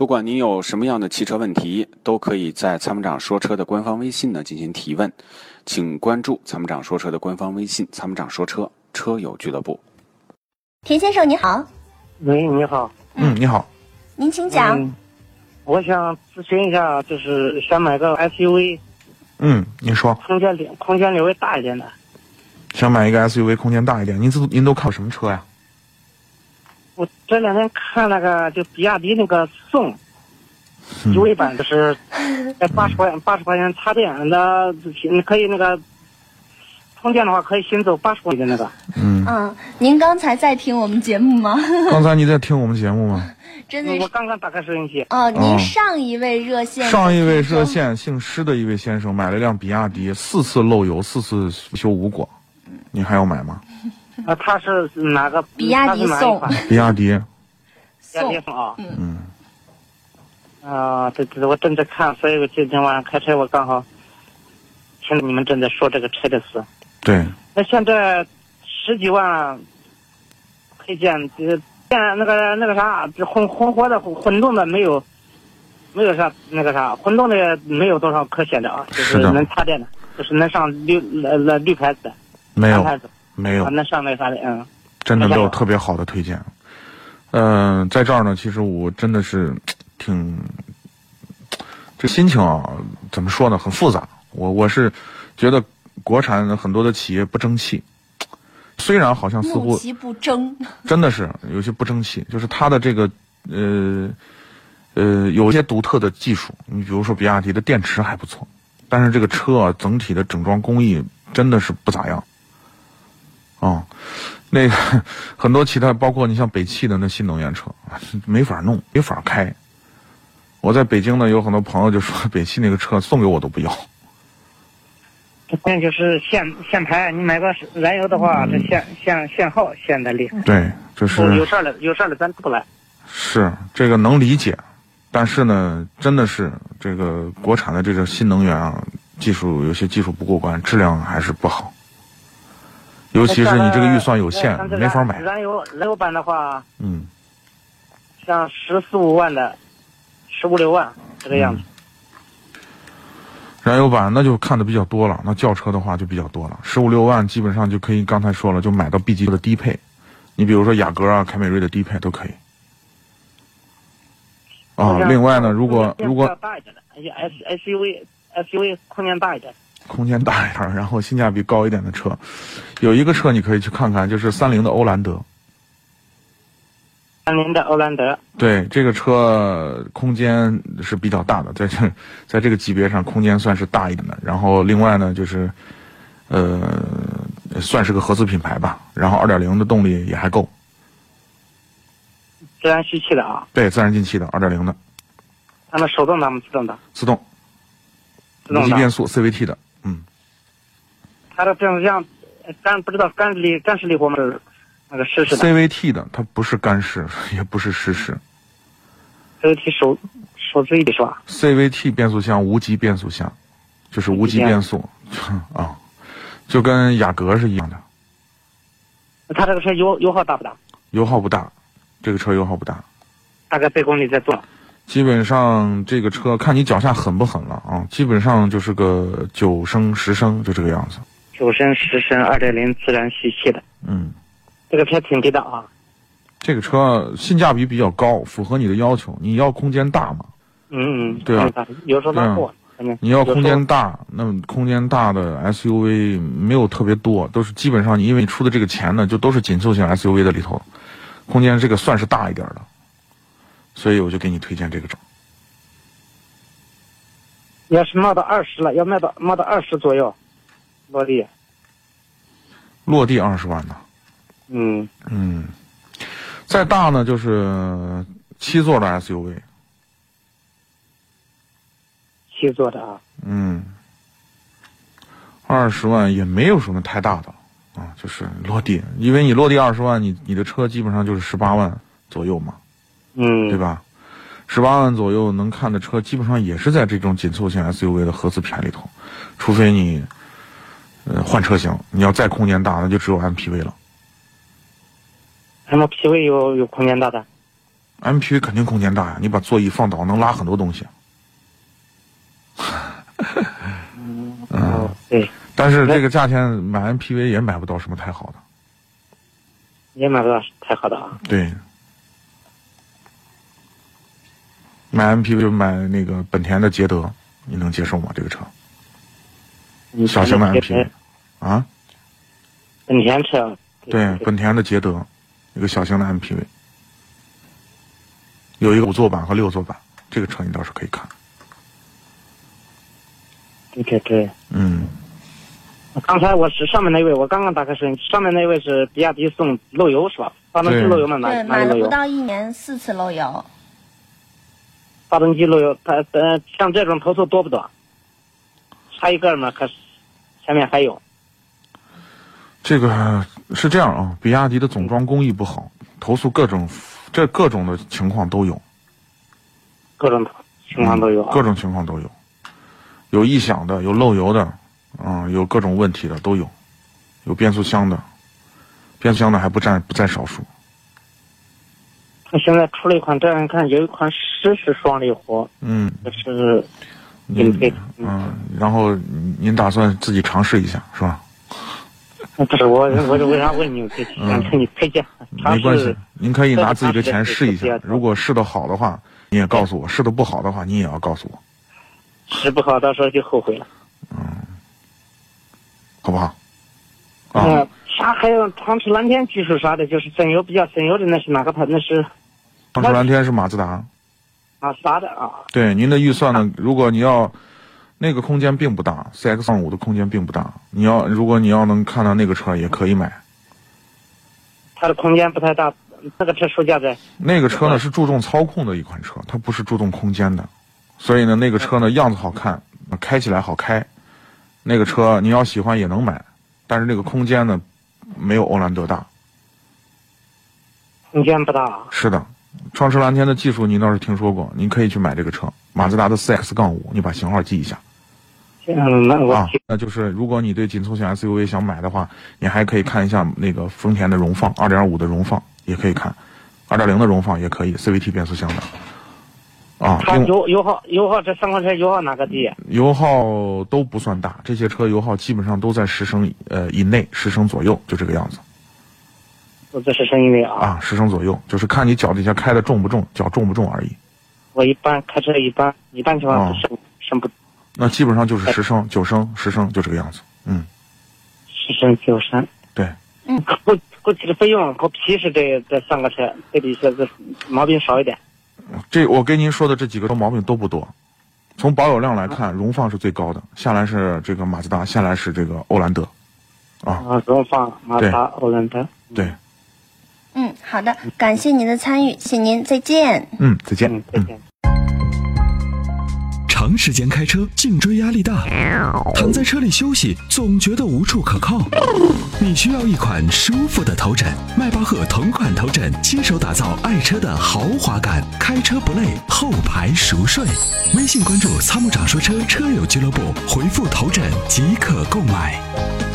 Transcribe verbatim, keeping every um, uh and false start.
不管您有什么样的汽车问题，都可以在参谋长说车的官方微信呢进行提问，请关注参谋长说车的官方微信“参谋长说车车友俱乐部”。 田先生你好。 喂，你好。 嗯，你好。 您请讲。 嗯，我想咨询一下，就是想买个 S U V。 嗯，您说。 空间略空间略微大一点的。 想买一个 S U V， 空间大一点。您都您都看什么车呀？ 我这两天看那个，就比亚迪那个宋，优惠版就是在八十块钱八十块钱插电，那你可以那个充电的话可以行走八十公里的那个。 嗯嗯，您刚才在听我们节目吗？ 刚才你在听我们节目吗？ 真的是。 我刚刚打开收音机。 哦，您上一位热线、 哦、上一位热线姓施的一位先生买了辆比亚迪，四次漏油，四次修无果，你还要买吗？ 啊，他是哪个？ 比亚迪宋。 比亚迪。 比亚迪宋啊。 嗯。 啊，对对，我正在看，所以我今天晚上开车，我刚好听你们正在说这个车的事。 对。 那现在十几万配件，这现那个那个啥，这混混合的混动的没有，没有啥那个啥，混动的没有多少可选的啊，就是能插电的，就是能上绿呃绿牌子的。 没有。 牌子没有。 啊、那上那啥的，嗯。 真的都有特别好的推荐。嗯、呃，在这儿呢，其实我真的是挺这心情啊，怎么说呢，很复杂。我我是觉得国产很多的企业不争气，虽然好像似乎其不争， 真的是有些不争气，就是它的这个呃呃有一些独特的技术。你比如说比亚迪的电池还不错，但是这个车啊整体的整装工艺真的是不咋样。哦，那个很多其他，包括你像北汽的那新能源车，没法弄，没法开。我在北京呢，有很多朋友就说北汽那个车送给我都不要。 关键就是限限牌，你买个燃油的话，这限限限号限的厉害。 对，就是有事儿了，有事儿了，咱不来。 是这个能理解，但是呢，真的是这个国产的这个新能源啊，技术有些技术不过关，质量还是不好。尤其是你这个预算有限，没法买。 燃油燃油版的话， 嗯， 像十四五万的，十五六万这个样子。 嗯、燃油版那就看的比较多了，那轿车的话就比较多了，十五六万基本上就可以，刚才说了，就买到 B 级的低配，你比如说雅阁啊、凯美瑞的低配都可以。啊，另外呢，如果如果大一点的 S S U V S U V 空间大一点。 空间大一点，然后性价比高一点的车，有一个车你可以去看看，就是三菱的欧蓝德。 三菱的欧蓝德。 对，这个车空间是比较大的，在这在这个级别上空间算是大一点的。然后另外呢，就是呃，算是个合资品牌吧。然后 二点零 的动力也还够。 自然吸气的啊。 对，自然进气的 二点零 的。 他们手动的，他们自动的。 自动。 自动的。 无级变速 C V T 的。嗯， 它的变速箱干不知道干式力干式力活吗？那个湿式的 C V T 的，它不是干式，也不是湿式。 C V T 手手自一体是吧 ？C V T 变速箱无级变速箱，就是无级变速啊，就跟雅阁是一样的。 它这个车油油耗大不大？ 油耗不大，这个车油耗不大。 大概百公里在多少？ 基本上这个车看你脚下狠不狠了啊，基本上就是个九升十升就这个样子。 九升十升二点零自然吸气的。 嗯， 这个车挺低的啊。 这个车性价比比较高，符合你的要求。你要空间大嘛？ 嗯嗯， 对啊， 有时候拉货。 你要空间大，那么空间大的 S U V 没有特别多，都是基本上你因为你出的这个钱呢，就都是紧凑型 S U V 的里头，空间这个算是大一点的。所以我就给你推荐这个种。 要是卖到二十了，要卖到卖到二十左右，落地。 落地二十万呢？ 嗯嗯，再大呢就是七座的 S U V。 七座的啊。 嗯，二十万也没有什么太大的啊，就是落地，因为你落地二十万，你你的车基本上就是十八万左右嘛。 嗯， 对吧？十八万左右能看的车，基本上也是在这种紧凑型 S U V 的合资品牌里头，除非你呃换车型，你要再空间大，那就只有 M P V 了。 M P V 有有空间大的 M P V 肯定空间大呀，你把座椅放倒能拉很多东西。 嗯，对， 但是这个价钱买 M P V 也买不到什么太好的。 也买不到太好的啊。 对，买 M P V 就买那个本田的捷德，你能接受吗？这个车？小型的 M P V 啊？ 本田车。 对，本田的捷德，一个小型的 M P V， 有一个五座版和六座版，这个车你倒是可以看。 对对对。 嗯。 刚才我是上面那位，我刚刚打开声音，上面那位是比亚迪送漏油是吧？发动机漏油吗？ 对，买了不到一年四次漏油。 发动机漏油，它呃像这种投诉多不多？差一个嘛，可是前面还有。 这个是这样啊，比亚迪的总装工艺不好，投诉各种这各种的情况都有。 各种情况都有、啊嗯。各种情况都有，有异响的，有漏油的。啊、嗯，有各种问题的都有，有变速箱的，变速箱的还不占不在少数。 他现在出了一款，这样看有一款湿式双离合， 嗯， 就是您嗯，然后您打算自己尝试一下是吧？ 不是我，我是为啥问你？想跟你推荐。 没关系，您可以拿自己的钱试一下，如果试的好的话，你也告诉我；试的不好的话，你也要告诉我。 试不好，到时候就后悔了。 嗯。好不好？ 啊，呃、啥还有长驰蓝天技术啥的，就是省油比较省油的，那是哪个牌？那是长驰蓝天是马自达。 马自达的啊。 对，您的预算呢？如果你要那个空间并不大 ，C X 五的空间并不大。你要如果你要能看到那个车，也可以买。 它的空间不太大，那个车售价在？ 那个车呢是注重操控的一款车，它不是注重空间的，所以呢，那个车呢样子好看，开起来好开。那个车你要喜欢也能买，但是那个空间呢，没有欧蓝德大。 空间不大。 是的，长驰蓝天的技术您倒是听说过，您可以去买这个车，马自达的 C X 五，你把型号记一下。 嗯，那我啊，那就是如果你对紧凑型 S U V 想买的话，你还可以看一下那个丰田的荣放 二点五 的荣放也可以看 ，二点零 的荣放也可以 ，C V T 变速箱的。啊， 它油油耗油耗这三款车油耗哪个低？ 油耗都不算大，这些车油耗基本上都在十升呃以内，十升左右，就这个样子。 都在十升以内啊。 啊，十升左右，就是看你脚底下开的重不重，脚重不重而已。 我一般开车一般，一般情况是升升不。 那基本上就是十升、九升、十升，就这个样子。嗯。 十升九升。 对。 嗯，后后期的费用和皮实这这三个车对比下，这毛病少一点。 这我跟您说的这几个毛病都不多，从保有量来看，荣放是最高的，下来是这个马自达，下来是这个欧蓝德，啊， 啊，荣放、马自达、欧蓝德， 对。 嗯，好的，感谢您的参与，谢谢您，再见。 嗯，再见。 嗯，再见。 长时间开车，颈椎压力大，躺在车里休息，总觉得无处可靠。你需要一款舒服的头枕，迈巴赫同款头枕，亲手打造爱车的豪华感，开车不累，后排熟睡。微信关注参谋长说车车友俱乐部，回复头枕即可购买。